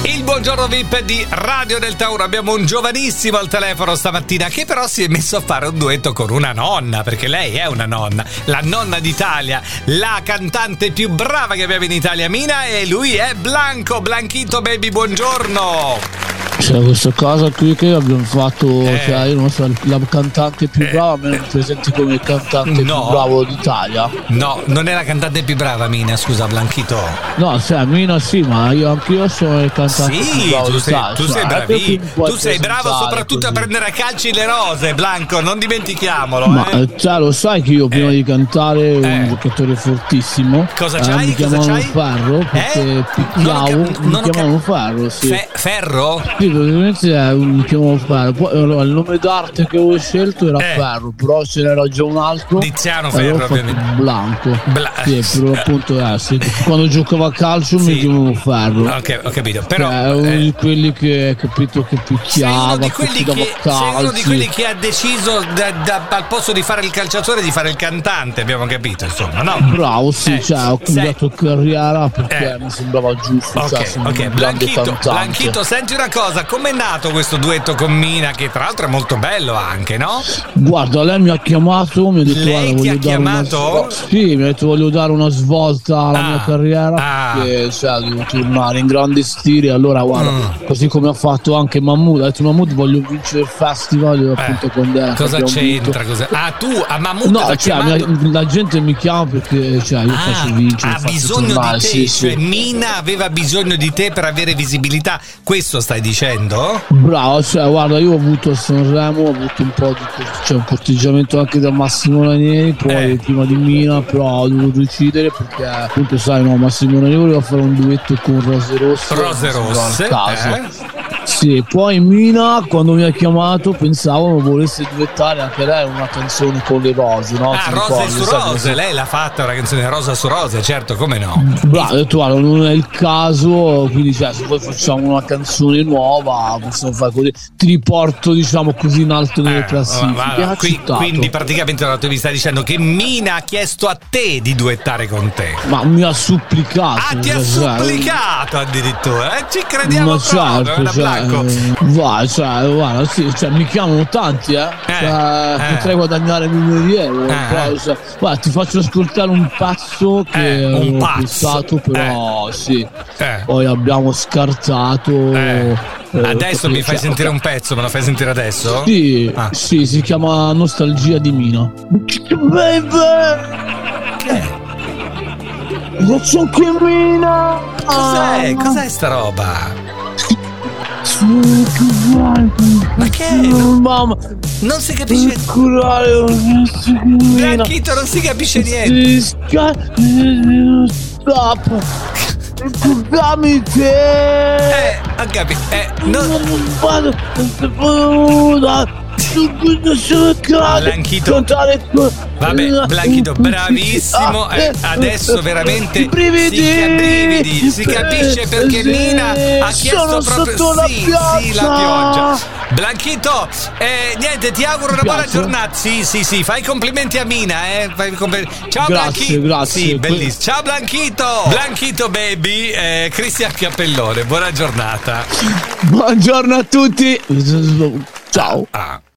Il buongiorno VIP di Radio del Tauro. Abbiamo un giovanissimo al telefono stamattina che però si è messo a fare un duetto con una nonna, perché lei è una nonna, la nonna d'Italia, la cantante più brava che abbiamo in Italia, Mina, e lui è Blanco. Blanchito baby, buongiorno. C'è questa cosa qui che abbiamo fatto, cioè io non so, la cantante più brava, me ne presenti come il cantante più bravo d'Italia? No, non è la cantante più brava, Mina, scusa Blanchito. No, cioè Mina sì, ma anch'io sono il cantante più bravo d'Italia. Tu sei bravissimo, tu sei bravo soprattutto a prendere a calci le rose, Blanco, non dimentichiamolo. Ma cioè, lo sai che io prima di cantare un giocatore fortissimo. Cosa c'hai? Mi chiamavano Ferro, perché picchiavo, mi chiamavano Ferro, sì. Ferro? Sì, praticamente mi chiamavo Ferro. Poi allora, il nome d'arte che avevo scelto era Ferro, però ce n'era già un altro. Tiziano Ferro, ovviamente. Blanco. Sì, però appunto sì. Quando giocavo a calcio mi chiamavo Ferro. Ok, ho capito. Però è uno di quelli che capito che picchiava, sei uno di quelli che ha deciso al posto di fare il calciatore di fare il cantante, abbiamo capito, insomma, no? Bravo, sì, cioè ho cambiato carriera perché mi sembrava giusto. Ok, Blanchito, senti una cosa, com'è nato questo duetto con Mina, che tra l'altro è molto bello anche, no? Guarda, lei mi ha chiamato, mi ha detto lei ti ha chiamato? Sì, mi ha detto voglio dare una svolta alla mia carriera, perché cioè, devo tornare in grandi stili. Allora guarda, così come ha fatto anche Mahmood, ha detto Mahmood voglio vincere il festival, appunto con te. Cosa c'entra? Tu a Mahmood? No, cioè, la gente mi chiama perché cioè, io faccio vincere. Ha bisogno di te, cioè Mina aveva bisogno di te per avere visibilità, questo stai dicendo? Bravo, cioè guarda, io ho avuto a Sanremo, ho avuto un po' di un corteggiamento anche da Massimo Ranieri, poi prima di Mina, però ho dovuto decidere perché appunto sai, no, Massimo Ranieri voleva fare un duetto con Rose Rosse. Sì, poi Mina quando mi ha chiamato pensavo volesse duettare anche lei una canzone con le rose, no? Rose su Rose, lei l'ha fatta una canzone Rosa su Rose, certo, come no? Bravo, ho detto guarda, non è il caso, quindi cioè, se poi facciamo una canzone nuova possiamo fare così, ti riporto diciamo così in alto nelle classifiche. Quindi praticamente tu mi stai dicendo che Mina ha chiesto a te di duettare con te. Ma mi ha supplicato. Ti ha supplicato addirittura, ci crediamo proprio, vai, cioè, guarda, sì, cioè, mi chiamano tanti, potrei guadagnare milioni di euro. Guarda, ti faccio ascoltare un pezzo che ho pensato, però sì. Poi abbiamo scartato. Adesso mi fai sentire un pezzo, me lo fai sentire adesso? Sì, sì, si chiama Nostalgia di Mina. Baby! Che? C'è anche Mina! Cos'è sta roba? Ma che è? Mamma, non si capisce. Blanchito, non si capisce niente. Stop. Dammi te. Ho capito. Blanchito, vabbè, Blanchito, bravissimo. Adesso veramente si capisce perché Mina ha chiesto proprio la pioggia. Blanchito, niente, ti auguro una buona giornata. Sì, fai complimenti a Mina, Ciao Blanchito. Grazie. Sì, bellissimo. Ciao Blanchito baby, Cristian Cappellone, buona giornata. Buongiorno a tutti. Ciao.